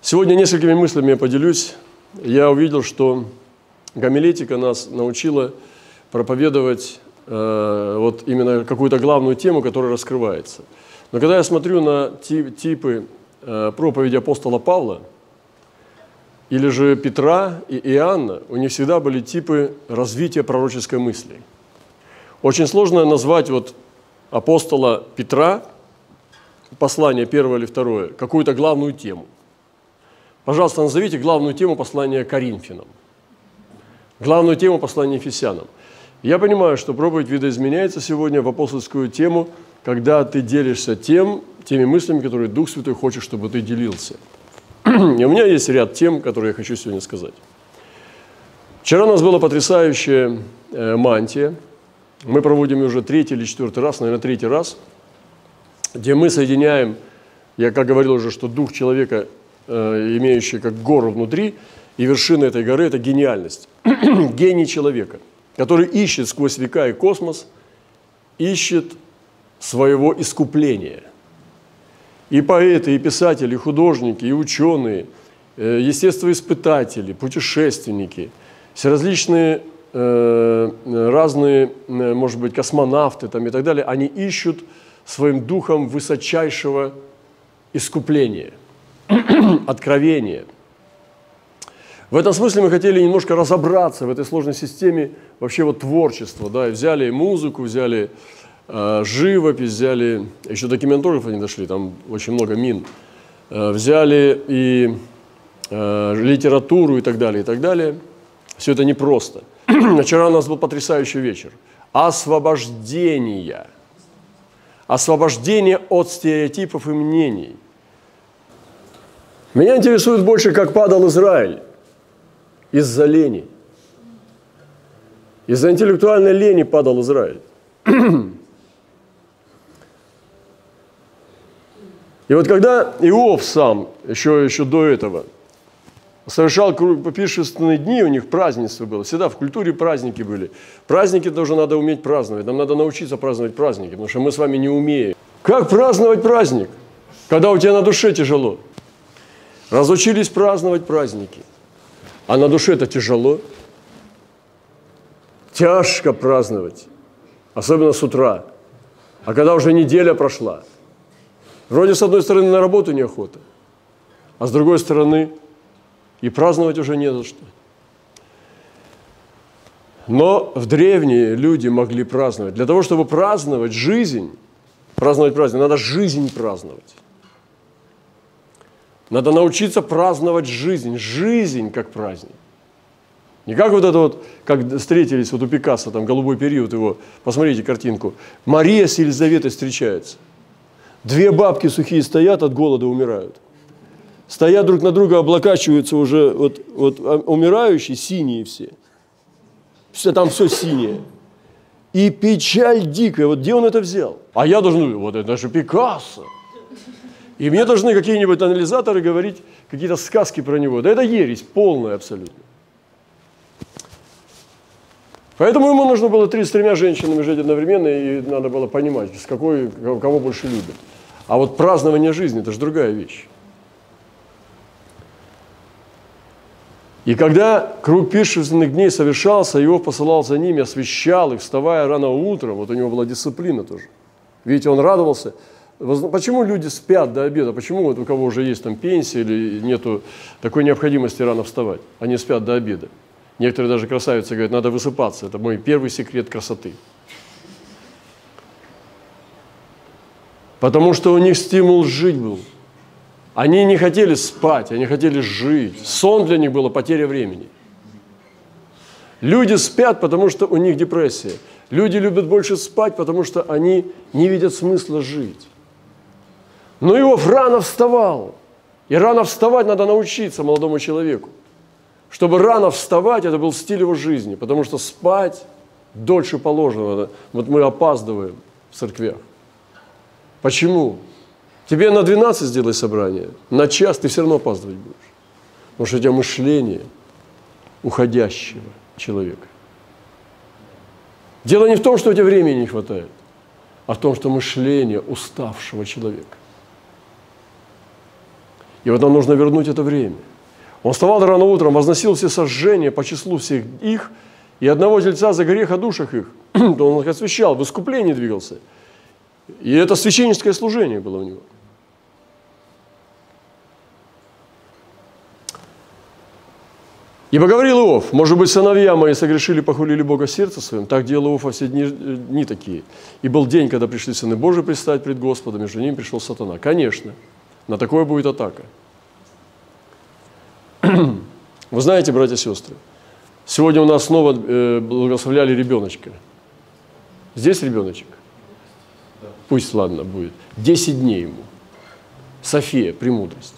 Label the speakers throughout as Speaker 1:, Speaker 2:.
Speaker 1: Сегодня несколькими мыслями я поделюсь. Я увидел, что гомилетика нас научила проповедовать вот именно какую-то главную тему, которая раскрывается. Но когда я смотрю на типы проповеди апостола Павла, или же Петра и Иоанна, у них всегда были типы развития пророческой мысли. Очень сложно назвать вот апостола Петра, послание первое или второе, какую-то главную тему. Пожалуйста, назовите главную тему послания Коринфянам, главную тему послания Ефесянам. Я понимаю, что проповедь видоизменяется сегодня в апостольскую тему, когда ты делишься теми мыслями, которые Дух Святой хочет, чтобы ты делился. И у меня есть ряд тем, которые я хочу сегодня сказать. Вчера у нас была потрясающая мантия. Мы проводим ее уже третий или четвертый раз, наверное, третий раз, где мы соединяем, я как говорил уже, что дух человека, имеющий как гору внутри, и вершина этой горы – это гениальность. Гений человека, который ищет сквозь века и космос, ищет своего искупления. И поэты, и писатели, и художники, и ученые, естествоиспытатели, путешественники, всеразличные разные, может быть, космонавты там, и так далее, они ищут своим духом высочайшего искупления, откровения. В этом смысле мы хотели немножко разобраться в этой сложной системе вообще вот творчества, да, и взяли музыку, взяли живопись, взяли, еще до кинематографа не дошли, там очень много мин, взяли и литературу и так далее, и так далее. Все это непросто. Вчера у нас был потрясающий вечер. Освобождение. Освобождение от стереотипов и мнений. Меня интересует больше, как падал Израиль из-за лени. Из-за интеллектуальной лени падал Израиль. И вот когда Иов сам, еще до этого, совершал пиршественные дни, у них празднество было, всегда в культуре праздники были. Праздники тоже надо уметь праздновать, нам надо научиться праздновать праздники, потому что мы с вами не умеем. Как праздновать праздник, когда у тебя на душе тяжело? Разучились праздновать праздники, а на душе-то тяжело. Тяжко праздновать, особенно с утра, а когда уже неделя прошла. Вроде с одной стороны на работу неохота, а с другой стороны и праздновать уже не за что. Но в древние люди могли праздновать. Для того, чтобы праздновать жизнь, праздновать праздник, надо жизнь праздновать. Надо научиться праздновать жизнь как праздник. Не как вот это вот, как встретились вот у Пикассо, там голубой период его, посмотрите картинку. Мария с Елизаветой встречаются. Две бабки сухие стоят, от голода умирают. Стоят друг на друга, облокачиваются уже, вот умирающие, синие все. Там все синее. И печаль дикая. Вот где он это взял? А я должен, вот это же Пикассо. И мне должны какие-нибудь анализаторы говорить какие-то сказки про него. Да это ересь полная абсолютно. Поэтому ему нужно было 33 женщинами жить одновременно, и надо было понимать, кого больше любят. А вот празднование жизни – это же другая вещь. И когда круг пиршественных дней совершался, Иов посылал за ними, освещал их, вставая рано утром. Вот у него была дисциплина тоже. Видите, он радовался. Почему люди спят до обеда? Почему вот у кого уже есть там пенсия или нету такой необходимости рано вставать? Они спят до обеда. Некоторые даже красавицы говорят, надо высыпаться. Это мой первый секрет красоты. Потому что у них стимул жить был. Они не хотели спать, они хотели жить. Сон для них было потеря времени. Люди спят, потому что у них депрессия. Люди любят больше спать, потому что они не видят смысла жить. Но Иов рано вставал. И рано вставать надо научиться молодому человеку. Чтобы рано вставать, это был стиль его жизни. Потому что спать дольше положенного. Вот мы опаздываем в церквях. Почему? Тебе на 12 сделай собрание, на час ты все равно опаздывать будешь. Потому что у тебя мышление уходящего человека. Дело не в том, что у тебя времени не хватает, а в том, что мышление уставшего человека. И вот нам нужно вернуть это время. Он вставал рано утром, возносил все сожжения по числу всех их, и одного тельца за грех о душах их. То он их освящал, в искуплении двигался. И это священническое служение было у него. Ибо говорил Иов: может быть, сыновья мои согрешили, похулили Бога сердце своим, так делал Иов во все дни такие. И был день, когда пришли сыны Божии предстать пред Господом, между ними пришел сатана. Конечно, на такое будет атака. Вы знаете, братья и сестры, сегодня у нас снова благословляли ребеночка. Здесь ребеночек? Пусть, ладно, будет. 10 дней ему. София, премудрость.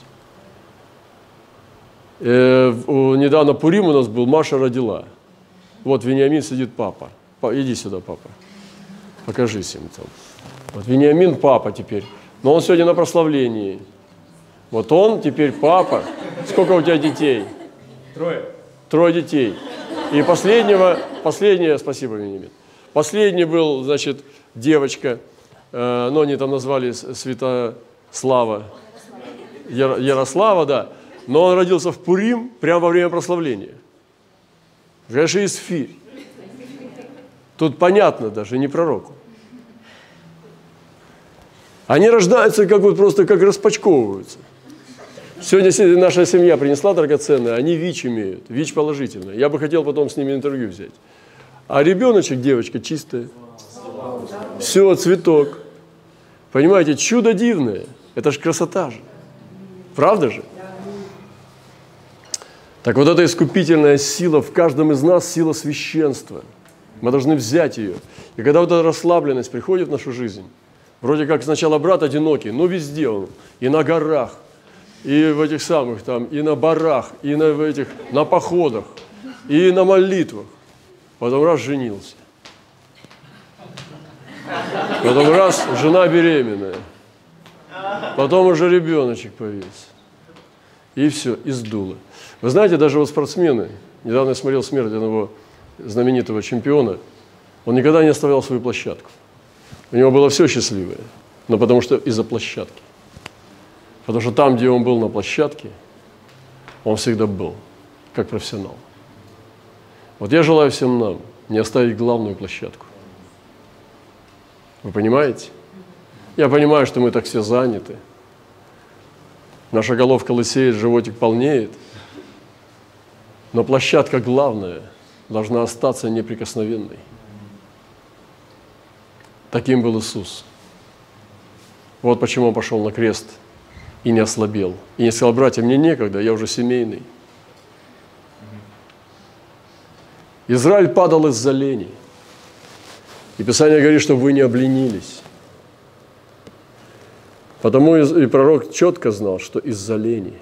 Speaker 1: Недавно Пурим у нас был, Маша родила. Вот Вениамин сидит, папа. Иди сюда, папа. Покажись им там. Вот Вениамин папа теперь. Но он сегодня на прославлении. Вот он теперь папа. Сколько у тебя детей?
Speaker 2: 3.
Speaker 1: 3 детей. И последнее, спасибо, Вениамин. Последний был, значит, девочка, но они там назвали Святослава. Ярослава, да. Но он родился в Пурим прямо во время прославления. Конечно, Исфирь. Тут понятно даже, не пророку. Они рождаются как вот просто как распачковываются. Сегодня наша семья принесла драгоценное, они ВИЧ имеют, ВИЧ положительное. Я бы хотел потом с ними интервью взять. А ребеночек, девочка чистая. Все, цветок. Понимаете, чудо дивное. Это же красота же. Правда же? Так вот эта искупительная сила в каждом из нас, сила священства. Мы должны взять ее. И когда вот эта расслабленность приходит в нашу жизнь, вроде как сначала брат одинокий, но везде он, и на горах, и в этих самых там, и на барах, и на походах, и на молитвах. Потом раз женился. Потом раз жена беременная. Потом уже ребеночек появился. И все, и сдуло. Вы знаете, даже вот спортсмены, недавно я смотрел смерть одного знаменитого чемпиона, он никогда не оставлял свою площадку. У него было все счастливое, но потому что из-за площадки. Потому что там, где он был на площадке, он всегда был, как профессионал. Вот я желаю всем нам не оставить главную площадку. Вы понимаете? Я понимаю, что мы так все заняты. Наша головка лысеет, животик полнеет. Но площадка главная должна остаться неприкосновенной. Таким был Иисус. Вот почему Он пошел на крест и не ослабел. И не сказал: братья, мне некогда, я уже семейный. Израиль падал из-за лени. И Писание говорит, чтобы вы не обленились. Потому и пророк четко знал, что из-за лени.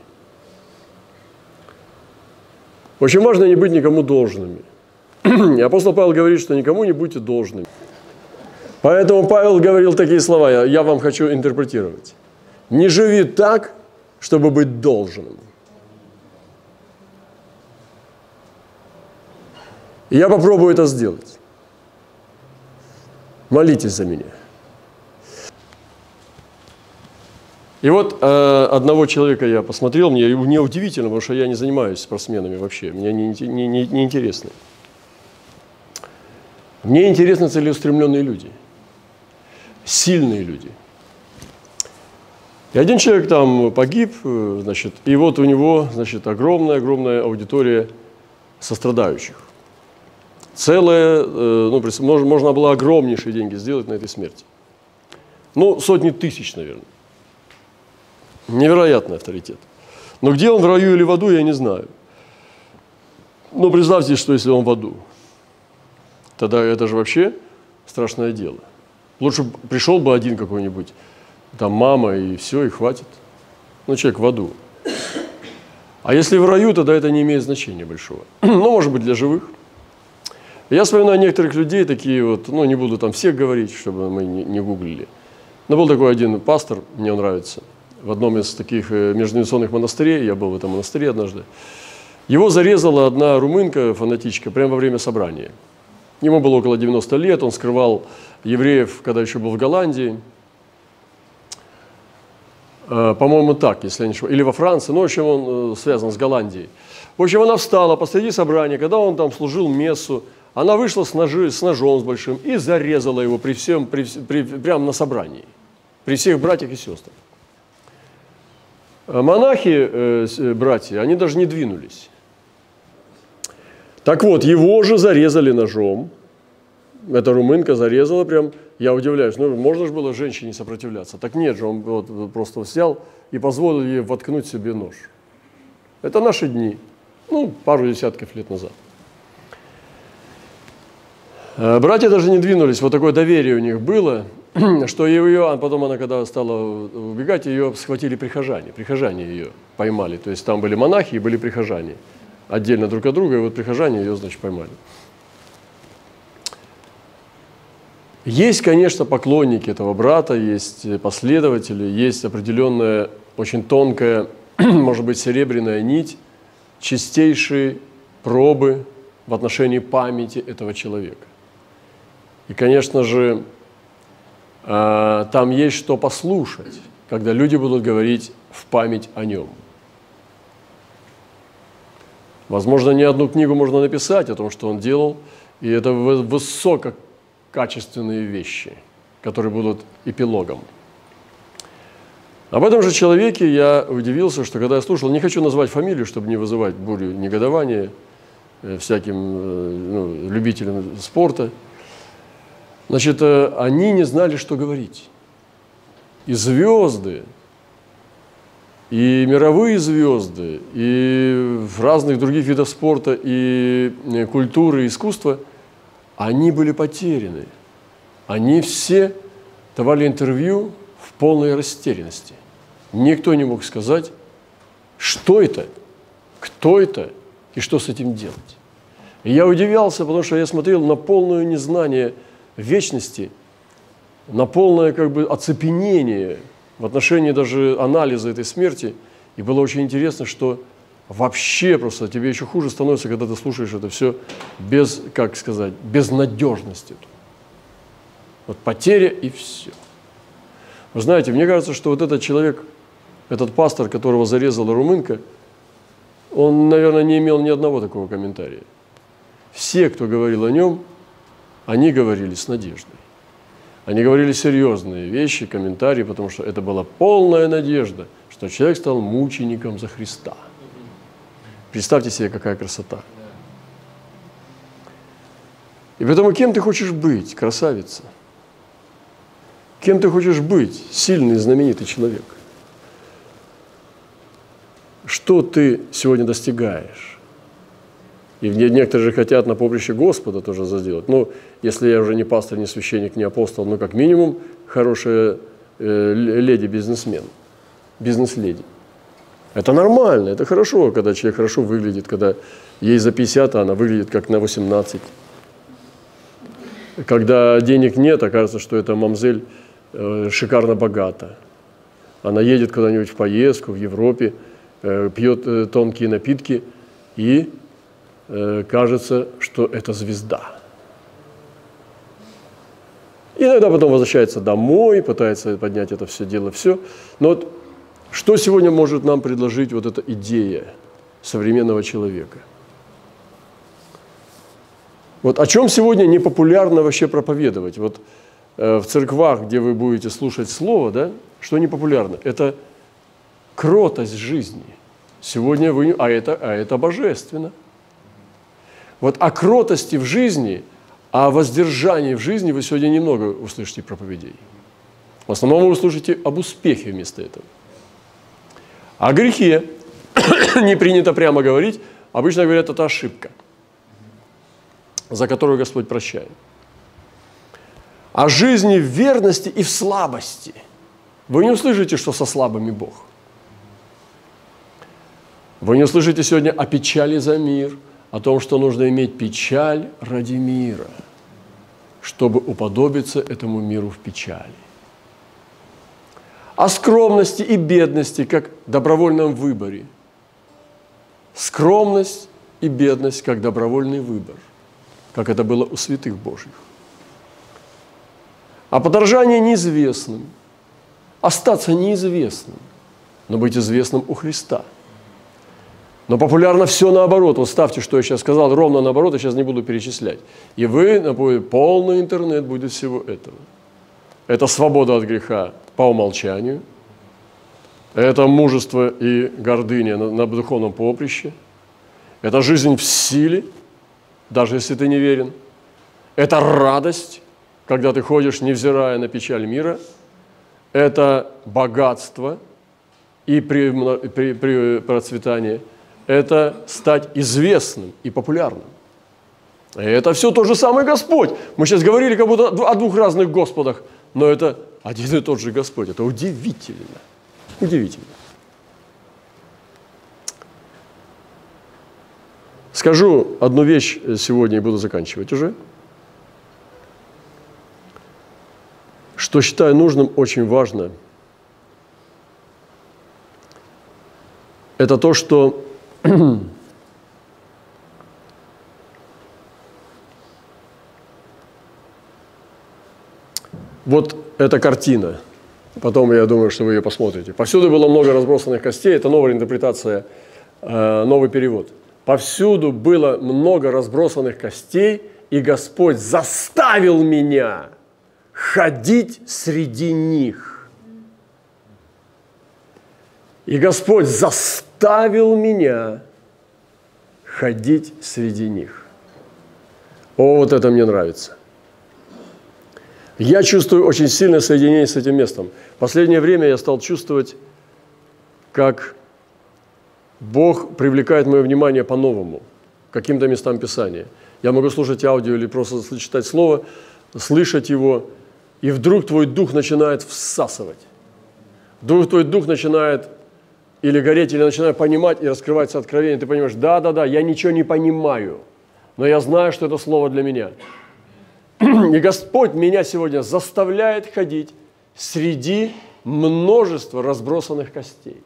Speaker 1: Очень важно не быть никому должными. И апостол Павел говорит, что никому не будьте должными. Поэтому Павел говорил такие слова, я вам хочу интерпретировать. Не живи так, чтобы быть должным. И я попробую это сделать. Молитесь за меня. И вот одного человека я посмотрел, мне удивительно, потому что я не занимаюсь спортсменами вообще, мне не интересно. Мне интересны целеустремленные люди, сильные люди. И один человек там погиб, значит, и вот у него, значит, огромная аудитория сострадающих. Целая, можно было огромнейшие деньги сделать на этой смерти. Ну, сотни тысяч, наверное. Невероятный авторитет. Но где он, в раю или в аду, я не знаю. Но представьте, что если он в аду, тогда это же вообще страшное дело. Лучше пришел бы один какой-нибудь, там мама и все, и хватит. Ну, человек в аду. А если в раю, тогда это не имеет значения большого. Ну, может быть, для живых. Я вспоминаю некоторых людей, такие вот, ну, не буду там всех говорить, чтобы мы не гуглили. Но был такой один пастор, мне он нравится, в одном из таких междонациональных монастырей, я был в этом монастыре однажды. Его зарезала одна румынка, фанатичка, прямо во время собрания. Ему было около 90 лет, он скрывал евреев, когда еще был в Голландии. По-моему, так, если я не ошибаюсь. Или во Франции, ну, в общем, он связан с Голландией. В общем, она встала посреди собрания, когда он там служил мессу, она вышла с ножом с большим и зарезала его прямо на собрании, при всех братьях и сестрах. Монахи, братья, они даже не двинулись. Так вот, его же зарезали ножом. Эта румынка зарезала прям, я удивляюсь, ну можно же было женщине сопротивляться? Так нет же, он вот просто взял и позволил ей воткнуть себе нож. Это наши дни, ну, пару десятков лет назад. Братья даже не двинулись, вот такое доверие у них было, что ее, а потом она, когда стала убегать, ее схватили прихожане ее поймали. То есть там были монахи и были прихожане, отдельно друг от друга, и вот прихожане ее, значит, поймали. Есть, конечно, поклонники этого брата, есть последователи, есть определенная, очень тонкая, может быть, серебряная нить, чистейшей пробы в отношении памяти этого человека. И, конечно же, там есть что послушать, когда люди будут говорить в память о нем. Возможно, не одну книгу можно написать о том, что он делал, и это высококачественные вещи, которые будут эпилогом. Об этом же человеке я удивился, что когда я слушал, не хочу назвать фамилию, чтобы не вызывать бурю негодования всяким любителям спорта, значит, они не знали, что говорить. И звезды, и мировые звезды, и в разных других видах спорта, и культуры, и искусства, они были потеряны. Они все давали интервью в полной растерянности. Никто не мог сказать, что это, кто это и что с этим делать. И я удивлялся, потому что я смотрел на полное незнание вечности, на полное как бы оцепенение в отношении даже анализа этой смерти. И было очень интересно, что вообще просто тебе еще хуже становится, когда ты слушаешь это все без, как сказать, безнадежности. Вот потеря и все. Вы знаете, мне кажется, что вот этот человек, этот пастор, которого зарезала румынка, он, наверное, не имел ни одного такого комментария. Все, кто говорил о нем, они говорили с надеждой. Они говорили серьезные вещи, комментарии, потому что это была полная надежда, что человек стал мучеником за Христа. Представьте себе, какая красота. И поэтому кем ты хочешь быть, красавица? Кем ты хочешь быть, сильный, знаменитый человек? Что ты сегодня достигаешь? И некоторые же хотят на поприще Господа тоже сделать. Ну, если я уже не пастор, не священник, не апостол, но как минимум хорошая леди-бизнесмен, бизнес-леди. Это нормально, это хорошо, когда человек хорошо выглядит, когда ей за 50, а она выглядит как на 18. Когда денег нет, окажется, что эта мамзель шикарно богата. Она едет куда-нибудь в поездку в Европе, пьет тонкие напитки и кажется, что это звезда. Иногда потом возвращается домой, пытается поднять это все дело, все. Но вот что сегодня может нам предложить вот эта идея современного человека? Вот о чем сегодня непопулярно вообще проповедовать? Вот в церквах, где вы будете слушать слово, да, что непопулярно? Это кротость жизни. Сегодня вы... А это божественно. Вот о кротости в жизни, о воздержании в жизни вы сегодня немного услышите проповедей. В основном вы услышите об успехе вместо этого. О грехе не принято прямо говорить. Обычно говорят, это ошибка, за которую Господь прощает. О жизни в верности и в слабости. Вы не услышите, что со слабыми Бог. Вы не услышите сегодня о печали за мир, о том, что нужно иметь печаль ради мира, чтобы уподобиться этому миру в печали. О скромности и бедности, как добровольном выборе. Скромность и бедность, как добровольный выбор, как это было у святых Божьих. О подражании неизвестным, остаться неизвестным. но быть известным у Христа. Но популярно все наоборот. Вот ставьте, что я сейчас сказал, ровно наоборот, я сейчас не буду перечислять. И полный интернет будет всего этого. Это свобода от греха по умолчанию. Это мужество и гордыня на духовном поприще. Это жизнь в силе, даже если ты не верен. Это радость, когда ты ходишь, невзирая на печаль мира. Это богатство и процветание. Это стать известным и популярным. И это все тот же самый Господь. Мы сейчас говорили как будто о двух разных Господах, но это один и тот же Господь. Это удивительно. Удивительно. Скажу одну вещь сегодня и буду заканчивать уже. Что считаю нужным, очень важно. Это то, что вот эта картина, потом я думаю, что вы ее посмотрите. Повсюду было много разбросанных костей, это новая интерпретация, новый перевод. Повсюду было много разбросанных костей, и Господь заставил меня ходить среди них. И Господь заставил меня ходить среди них. О, вот это мне нравится. Я чувствую очень сильное соединение с этим местом. В последнее время я стал чувствовать, как Бог привлекает мое внимание по-новому, к каким-то местам Писания. Я могу слушать аудио или просто читать Слово, слышать его, и вдруг твой дух начинает всасывать. Вдруг твой дух начинает или гореть, или начинает понимать, и раскрывается откровение. Ты понимаешь, да, я ничего не понимаю, но я знаю, что это Слово для меня. И Господь меня сегодня заставляет ходить среди множества разбросанных костей.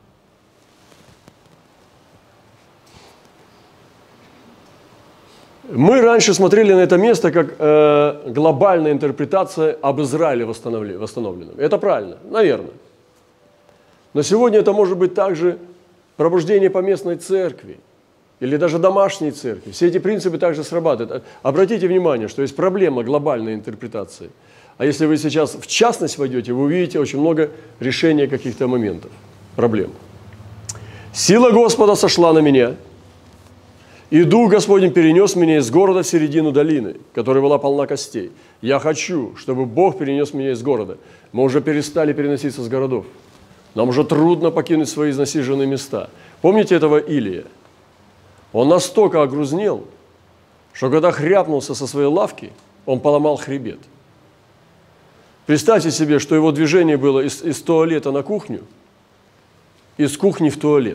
Speaker 1: Мы раньше смотрели на это место как глобальная интерпретация об Израиле восстановленном. Это правильно, наверное. Но сегодня это может быть также пробуждение поместной церкви или даже домашней церкви. Все эти принципы также срабатывают. Обратите внимание, что есть проблема глобальной интерпретации. А если вы сейчас в частность войдете, вы увидите очень много решения каких-то моментов, проблем. «Сила Господа сошла на меня, и Дух Господень перенес меня из города в середину долины, которая была полна костей. Я хочу, чтобы Бог перенес меня из города». Мы уже перестали переноситься с городов. Нам уже трудно покинуть свои изнасиженные места. Помните этого Илия? Он настолько огрузнел, что когда хряпнулся со своей лавки, он поломал хребет. Представьте себе, что его движение было из туалета на кухню, из кухни в туалет.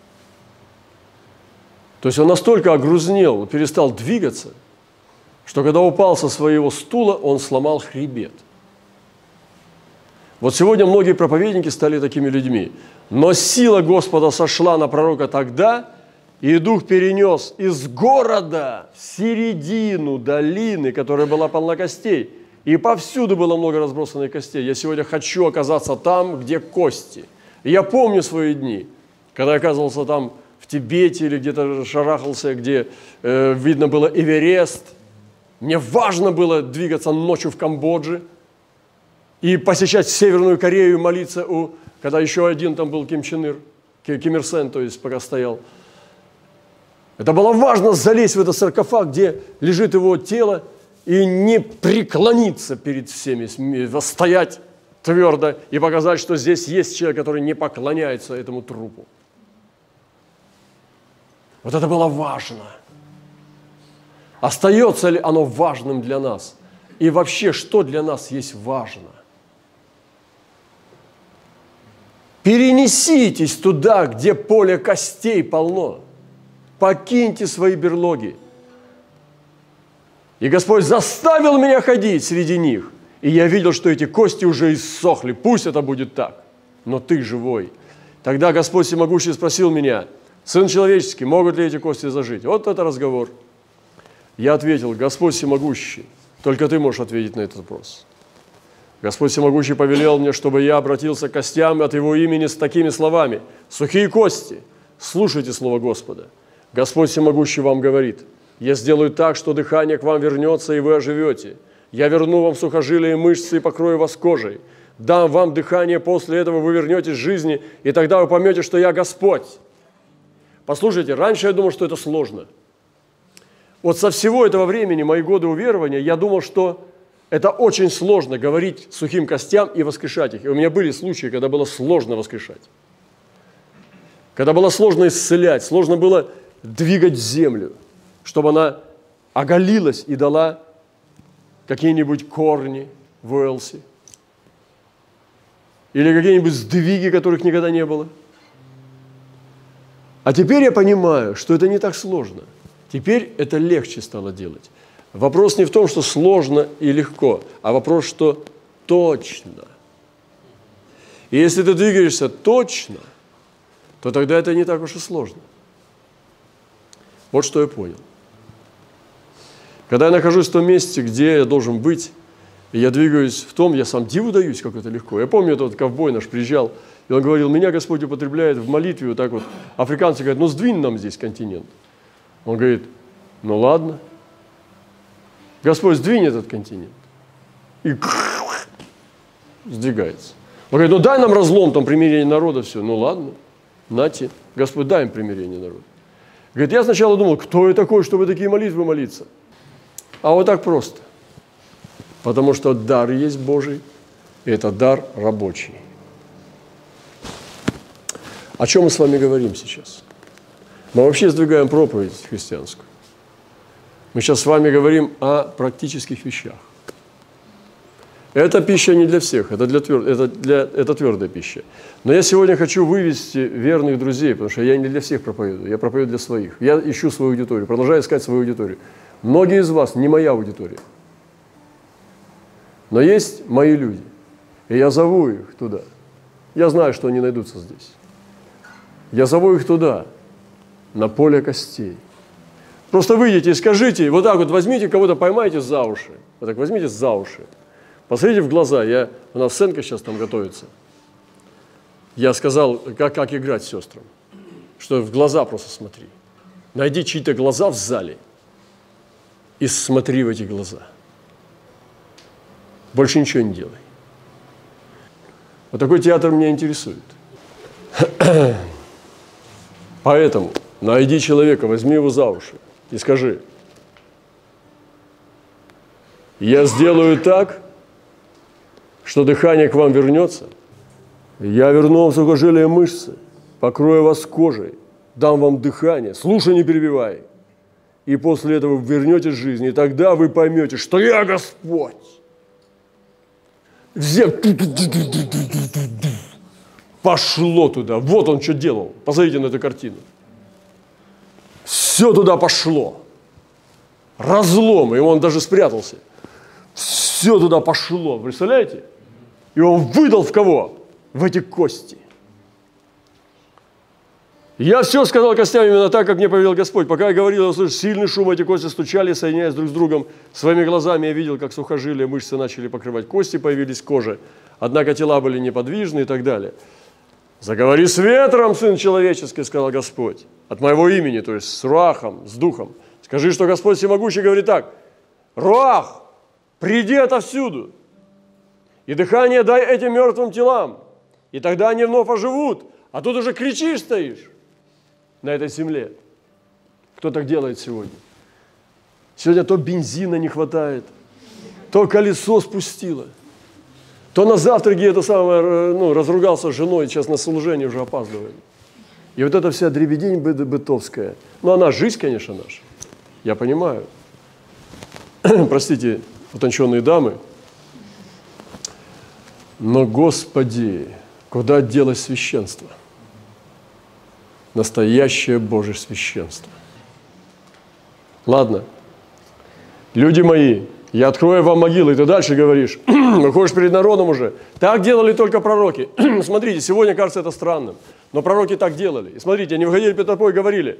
Speaker 1: То есть он настолько огрузнел, перестал двигаться, что когда упал со своего стула, он сломал хребет. Вот сегодня многие проповедники стали такими людьми. Но сила Господа сошла на пророка тогда, и Дух перенес из города в середину долины, которая была полна костей. И повсюду было много разбросанных костей. Я сегодня хочу оказаться там, где кости. И я помню свои дни, когда я оказывался там в Тибете или где-то шарахался, где видно было Эверест. Мне важно было двигаться ночью в Камбодже и посещать Северную Корею, молиться, когда еще один там был Ким Чен Ир, Ким Ир Сен, то есть пока стоял. Это было важно залезть в этот саркофаг, где лежит его тело, и не преклониться перед всеми, стоять твердо и показать, что здесь есть человек, который не поклоняется этому трупу. Вот это было важно. Остается ли оно важным для нас? И вообще, что для нас есть важно? Перенеситесь туда, где поле костей полно. Покиньте свои берлоги. И Господь заставил меня ходить среди них. И я видел, что эти кости уже иссохли. Пусть это будет так, но ты живой. Тогда Господь Всемогущий спросил меня: «Сын человеческий, могут ли эти кости зажить?» Вот это разговор. Я ответил: «Господь Всемогущий, только ты можешь ответить на этот вопрос. Господь Всемогущий повелел мне, чтобы я обратился к костям от Его имени с такими словами. Сухие кости, слушайте слово Господа. Господь Всемогущий вам говорит: я сделаю так, что дыхание к вам вернется, и вы оживете. Я верну вам сухожилия и мышцы и покрою вас кожей. Дам вам дыхание, после этого вы вернетесь к жизни, и тогда вы поймете, что я Господь. Послушайте, раньше я думал, что это сложно. Вот со всего этого времени, мои годы уверования, я думал, что это очень сложно говорить сухим костям и воскрешать их. И у меня были случаи, когда было сложно воскрешать. Когда было сложно исцелять, сложно было двигать землю, чтобы она оголилась и дала какие-нибудь корни в Уэлсе. Или какие-нибудь сдвиги, которых никогда не было. А теперь я понимаю, что это не так сложно. Теперь это легче стало делать. Вопрос не в том, что сложно и легко, а вопрос, что точно. И если ты двигаешься точно, то тогда это не так уж и сложно. Вот что я понял. Когда я нахожусь в том месте, где я должен быть, и я двигаюсь в том, я сам диву даюсь, как это легко. Я помню, тот ковбой наш приезжал, и он говорил: меня Господь употребляет в молитве, вот так вот. Африканцы говорят: ну сдвинь нам здесь континент. Он говорит: ну ладно. Господь, сдвинь этот континент. И сдвигается. Он говорит: ну дай нам разлом, там примирение народа, все. Ну ладно, нате. Господь, дай им примирение народа. Говорит: я сначала думал, кто я такой, чтобы такие молитвы молиться? А вот так просто. Потому что дар есть Божий, и это дар рабочий. О чем мы с вами говорим сейчас? Мы вообще сдвигаем проповедь христианскую. Мы сейчас с вами говорим о практических вещах. Эта пища не для всех, это твердая пища. Но я сегодня хочу вывести верных друзей, потому что я не для всех проповедую, я проповедую для своих. Я ищу свою аудиторию, продолжаю искать свою аудиторию. Многие из вас не моя аудитория. Но есть мои люди, и я зову их туда. Я знаю, что они найдутся здесь. Я зову их туда, на поле костей. Просто выйдите и скажите, вот так вот возьмите кого-то, поймайте за уши. Вот так возьмите за уши. Посмотрите в глаза. У нас сценка сейчас там готовится. Я сказал, как играть сестрам. Что в глаза просто смотри. Найди чьи-то глаза в зале и смотри в эти глаза. Больше ничего не делай. Вот такой театр меня интересует. Поэтому найди человека, возьми его за уши и скажи: я сделаю так, что дыхание к вам вернется, я верну вам сухожилия и мышцы, покрою вас кожей, дам вам дыхание, слушай, не перебивай, и после этого вы вернетесь в жизнь, и тогда вы поймете, что я Господь. Пошло туда. Вот он что делал. Посмотрите на эту картину. Все туда пошло. Разлом. И он даже спрятался. Все туда пошло. Представляете? И он выдал в кого? В эти кости. Я все сказал костям именно так, как мне повелел Господь. Пока я говорил, я услышал сильный шум, эти кости стучали, соединяясь друг с другом. Своими глазами я видел, как сухожилия, мышцы начали покрывать кости, появились кожи. Однако тела были неподвижны и так далее. «Заговори с ветром, Сын человеческий, — сказал Господь, — от моего имени, то есть с руахом, с духом. Скажи, что Господь Всемогущий говорит так: руах, приди отовсюду, и дыхание дай этим мертвым телам, и тогда они вновь оживут». А тут уже кричишь, стоишь на этой земле. Кто так делает сегодня? Сегодня то бензина не хватает, то колесо спустило, то на завтраке это самое, разругался с женой, сейчас на служение уже опаздываем. И вот эта вся дребедень бытовская. Она жизнь, конечно, наша. Я понимаю. Простите, утонченные дамы. Но, Господи, куда делось священство? Настоящее Божье священство. Ладно. Люди мои, я открою вам могилы, и ты дальше говоришь, выходишь перед народом уже. Так делали только пророки. Смотрите, сегодня кажется это странным, но пророки так делали. И смотрите, они выходили перед толпой и говорили: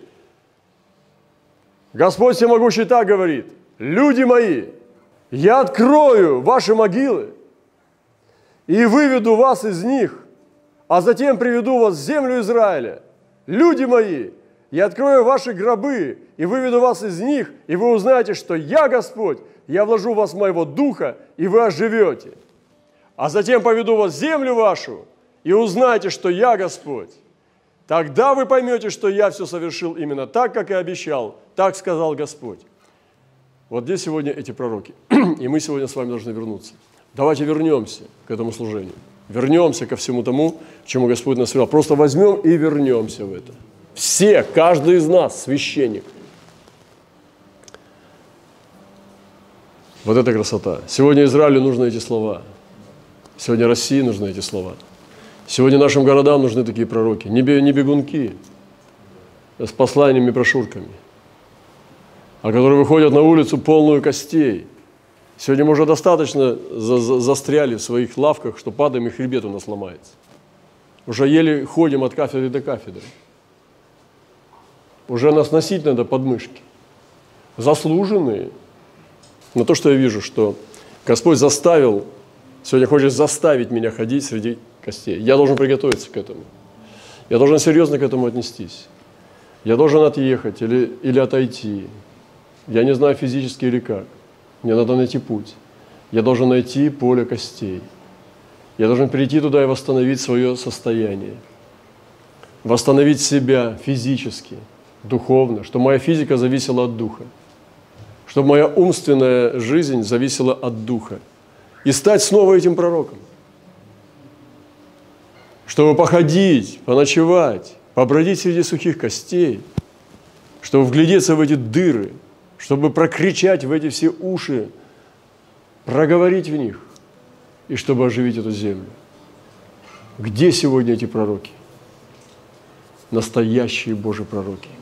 Speaker 1: Господь Всемогущий так говорит: люди мои, я открою ваши могилы, и выведу вас из них, а затем приведу вас в землю Израиля. Люди мои, я открою ваши гробы и выведу вас из них, и вы узнаете, что я Господь, я вложу в вас моего духа, и вы оживете. А затем поведу вас в землю вашу, и узнаете, что я Господь. Тогда вы поймете, что я все совершил именно так, как и обещал. Так сказал Господь. Вот здесь сегодня эти пророки. И мы сегодня с вами должны вернуться. Давайте вернемся к этому служению. Вернемся ко всему тому, чему Господь нас вел. Просто возьмем и вернемся в это. Все, каждый из нас, священник. Вот это красота. Сегодня Израилю нужны эти слова. Сегодня России нужны эти слова. Сегодня нашим городам нужны такие пророки. Не бегунки с посланиями, брошюрками, а которые выходят на улицу полную костей. Сегодня мы уже достаточно застряли в своих лавках, что падаем и хребет у нас ломается. Уже еле ходим от кафедры до кафедры. Уже нас носить надо подмышки. Заслуженные. Но то, что я вижу, что Господь заставил, сегодня хочет заставить меня ходить среди костей. Я должен приготовиться к этому. Я должен серьезно к этому отнестись. Я должен отъехать или отойти. Я не знаю физически или как. Мне надо найти путь. Я должен найти поле костей. Я должен прийти туда и восстановить свое состояние. Восстановить себя физически, духовно, чтобы моя физика зависела от духа. Чтобы моя умственная жизнь зависела от духа. И стать снова этим пророком. Чтобы походить, поночевать, побродить среди сухих костей, чтобы вглядеться в эти дыры, чтобы прокричать в эти все уши, проговорить в них, и чтобы оживить эту землю. Где сегодня эти пророки? Настоящие Божьи пророки.